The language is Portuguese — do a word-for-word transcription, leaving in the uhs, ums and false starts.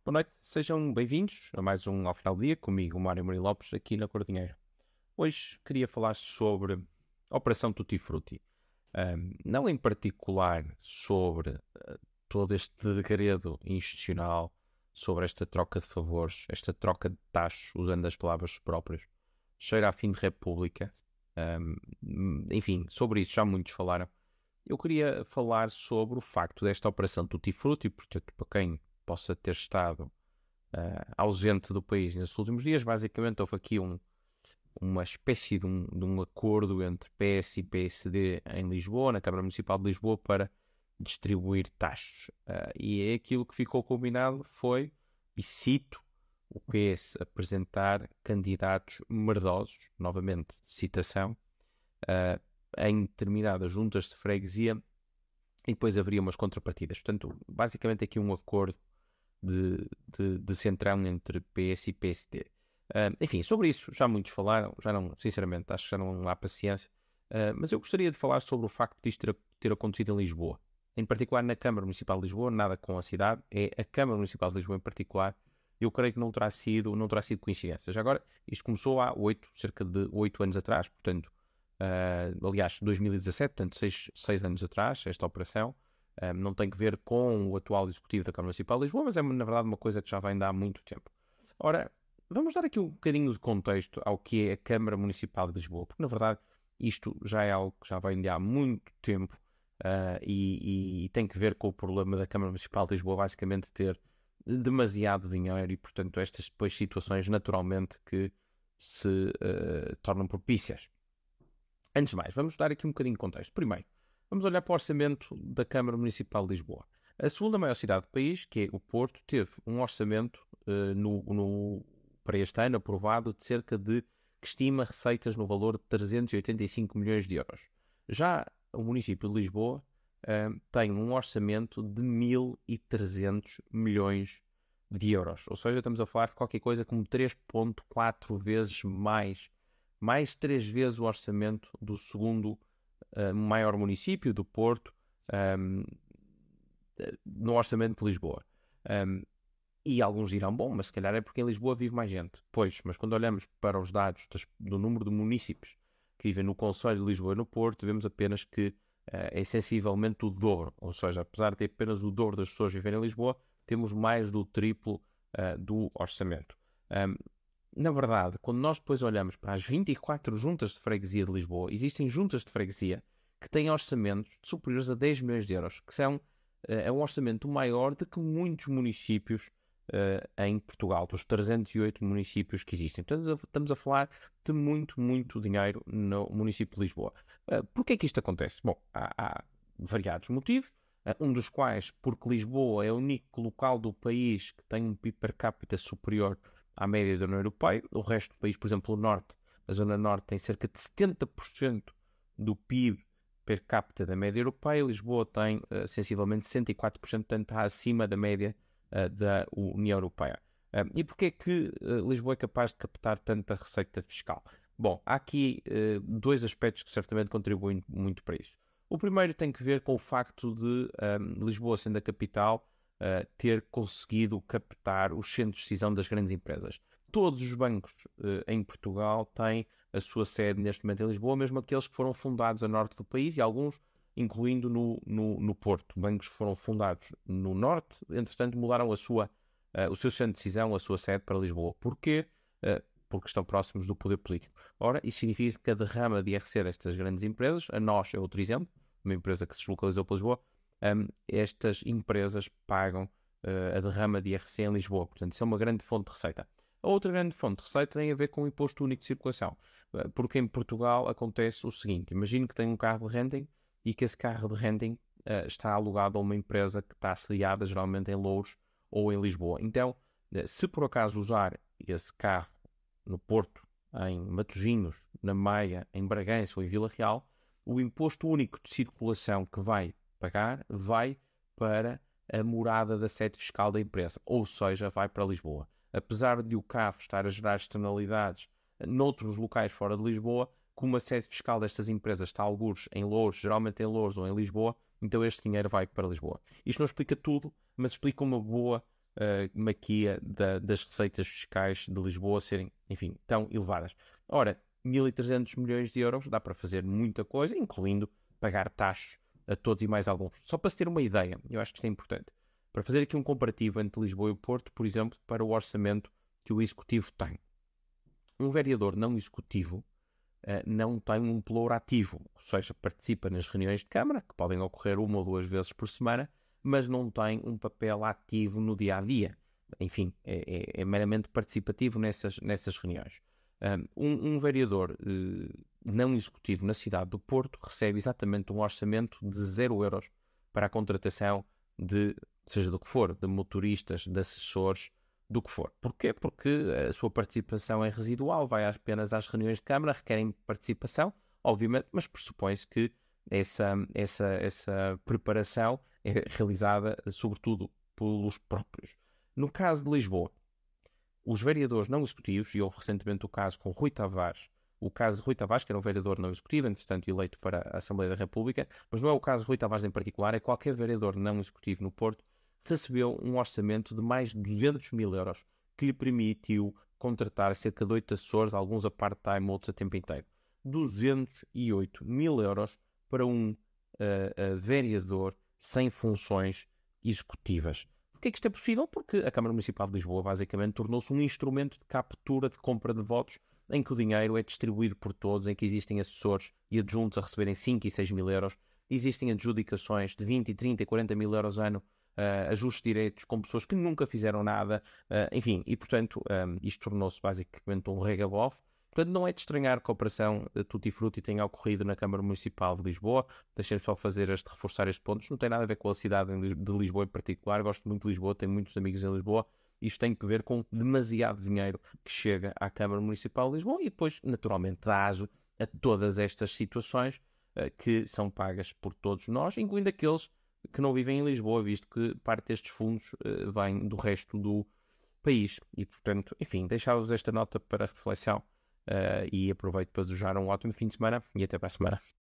Boa noite, sejam bem-vindos a mais um Ao Final do Dia, comigo, Mário Maria Lopes, aqui na Cor Dinheiro. Hoje queria falar sobre a Operação Tutti Frutti. Um, não em particular sobre uh, todo este degredo institucional, sobre esta troca de favores, esta troca de taxas, usando as palavras próprias, cheira a fim de república. Um, enfim, sobre isso já muitos falaram. Eu queria falar sobre o facto desta Operação Tutti Frutti, portanto, para quem possa ter estado uh, ausente do país nesses últimos dias, basicamente houve aqui um, uma espécie de um, de um acordo entre P S e P S D em Lisboa, na Câmara Municipal de Lisboa, para distribuir taxas. Uh, e é aquilo que ficou combinado foi, e cito, o P S apresentar candidatos merdosos, novamente citação, uh, em determinadas juntas de freguesia, e depois haveria umas contrapartidas. Portanto, basicamente aqui um acordo de, de, de centrão entre P S e P S D. Uh, enfim, sobre isso já muitos falaram, já não, sinceramente, acho que já não há paciência, uh, mas eu gostaria de falar sobre o facto de isto ter, ter acontecido em Lisboa, em particular na Câmara Municipal de Lisboa, nada com a cidade, é a Câmara Municipal de Lisboa em particular. Eu creio que não terá sido, não terá sido coincidência. Já agora, isto começou há oito, cerca de oito anos atrás, portanto, uh, aliás, dois mil e dezassete, portanto, seis, seis anos atrás, esta operação. Um, não tem que ver com o atual executivo da Câmara Municipal de Lisboa, mas é, na verdade, uma coisa que já vem de há muito tempo. Ora, vamos dar aqui um bocadinho de contexto ao que é a Câmara Municipal de Lisboa, porque, na verdade, isto já é algo que já vem de há muito tempo uh, e, e tem que ver com o problema da Câmara Municipal de Lisboa, basicamente, ter demasiado dinheiro e, portanto, estas depois situações, naturalmente, que se uh, tornam propícias. Antes de mais, vamos dar aqui um bocadinho de contexto. Primeiro, vamos olhar para o orçamento da Câmara Municipal de Lisboa. A segunda maior cidade do país, que é o Porto, teve um orçamento uh, no, no, para este ano aprovado de cerca de, que estima receitas no valor de trezentos e oitenta e cinco milhões de euros. Já o município de Lisboa uh, tem um orçamento de mil e trezentos milhões de euros. Ou seja, estamos a falar de qualquer coisa como três vírgula quatro vezes mais mais três vezes o orçamento do segundo uh, maior município, do Porto, um, no orçamento de Lisboa. Um, e alguns dirão, bom, mas se calhar é porque em Lisboa vive mais gente. Pois, mas quando olhamos para os dados das, do número de municípios que vivem no Conselho de Lisboa e no Porto, vemos apenas que uh, é sensivelmente o dobro. Ou seja, apesar de ter apenas o dobro das pessoas viverem em Lisboa, temos mais do triplo uh, do orçamento. Um, Na verdade, quando nós depois olhamos para as vinte e quatro juntas de freguesia de Lisboa, existem juntas de freguesia que têm orçamentos superiores a dez milhões de euros, que são, é um orçamento maior do que muitos municípios uh, em Portugal, dos trezentos e oito municípios que existem. Portanto, estamos a falar de muito, muito dinheiro no município de Lisboa. Uh, Porquê é que isto acontece? Bom, há, há variados motivos, uh, um dos quais porque Lisboa é o único local do país que tem um P I B per capita superior à média da União Europeia. O resto do país, por exemplo, o Norte, a Zona Norte tem cerca de setenta por cento do P I B per capita da média europeia. Lisboa tem uh, sensivelmente sessenta e quatro por cento, portanto está acima da média uh, da União Europeia. Uh, e porquê é que uh, Lisboa é capaz de captar tanta receita fiscal? Bom, há aqui uh, dois aspectos que certamente contribuem muito para isso. O primeiro tem que ver com o facto de um, Lisboa, sendo a capital, Uh, ter conseguido captar os centros de decisão das grandes empresas. Todos os bancos uh, em Portugal têm a sua sede neste momento em Lisboa, mesmo aqueles que foram fundados a norte do país e alguns incluindo no, no, no Porto. Bancos que foram fundados no norte, entretanto mudaram a sua, uh, o seu centro de decisão, a sua sede para Lisboa. Porquê? Uh, porque estão próximos do poder político. Ora, isso significa que a derrama de I R C destas grandes empresas, a nós é outro exemplo, uma empresa que se deslocalizou para Lisboa, um, estas empresas pagam uh, a derrama de I R C em Lisboa. Portanto, isso é uma grande fonte de receita. A outra grande fonte de receita tem a ver com o imposto único de circulação. Uh, porque em Portugal acontece o seguinte: imagino que tem um carro de renting e que esse carro de renting uh, está alugado a uma empresa que está sediada geralmente em Louros ou em Lisboa. Então, uh, se por acaso usar esse carro no Porto, em Matosinhos, na Maia, em Bragança ou em Vila Real, o imposto único de circulação que vai pagar vai para a morada da sede fiscal da empresa, ou seja, vai para Lisboa. Apesar de o carro estar a gerar externalidades noutros locais fora de Lisboa, como a sede fiscal destas empresas está algures em Louros, geralmente em Louros ou em Lisboa, então este dinheiro vai para Lisboa. Isto não explica tudo, mas explica uma boa uh, maquia da, das receitas fiscais de Lisboa serem, enfim, tão elevadas. Ora, mil e trezentos milhões de euros dá para fazer muita coisa, incluindo pagar taxas a todos e mais alguns. Só para se ter uma ideia, eu acho que isto é importante, para fazer aqui um comparativo entre Lisboa e o Porto, por exemplo, para o orçamento que o Executivo tem. Um vereador não executivo uh, não tem um pluro ativo, ou seja, participa nas reuniões de Câmara, que podem ocorrer uma ou duas vezes por semana, mas não tem um papel ativo no dia-a-dia. Enfim, é, é, é meramente participativo nessas, nessas reuniões. Um, um vereador uh, não executivo na cidade do Porto recebe exatamente um orçamento de zero euros para a contratação de, seja do que for, de motoristas, de assessores, do que for. Porquê? Porque a sua participação é residual, vai apenas às reuniões de Câmara, requerem participação, obviamente, mas pressupõe-se que essa, essa, essa preparação é realizada sobretudo pelos próprios. No caso de Lisboa, os vereadores não executivos, e houve recentemente o caso com Rui Tavares, o caso de Rui Tavares, que era um vereador não executivo, entretanto eleito para a Assembleia da República, mas não é o caso de Rui Tavares em particular, é qualquer vereador não executivo no Porto, recebeu um orçamento de mais de duzentos mil euros, que lhe permitiu contratar cerca de oito assessores, alguns a part-time, outros a tempo inteiro. duzentos e oito mil euros para um uh, uh, vereador sem funções executivas. Porquê é que isto é possível? Porque a Câmara Municipal de Lisboa basicamente tornou-se um instrumento de captura de compra de votos em que o dinheiro é distribuído por todos, em que existem assessores e adjuntos a receberem cinco e seis mil euros, existem adjudicações de vinte, trinta e quarenta mil euros ano, uh, ajustes diretos com pessoas que nunca fizeram nada, uh, enfim, e portanto um, isto tornou-se basicamente um regabof. Portanto, não é de estranhar que a operação Tutti Frutti tenha ocorrido na Câmara Municipal de Lisboa. Deixem-me só fazer este, reforçar este ponto. Isto não tem nada a ver com a cidade de Lisboa em particular. Gosto muito de Lisboa, tenho muitos amigos em Lisboa. Isto tem que ver com demasiado dinheiro que chega à Câmara Municipal de Lisboa e depois, naturalmente, dá aso a todas estas situações uh, que são pagas por todos nós, incluindo aqueles que não vivem em Lisboa, visto que parte destes fundos uh, vem do resto do país. E, portanto, enfim, deixava-vos esta nota para reflexão. Uh, e aproveito para desejar um ótimo fim de semana e até para a semana.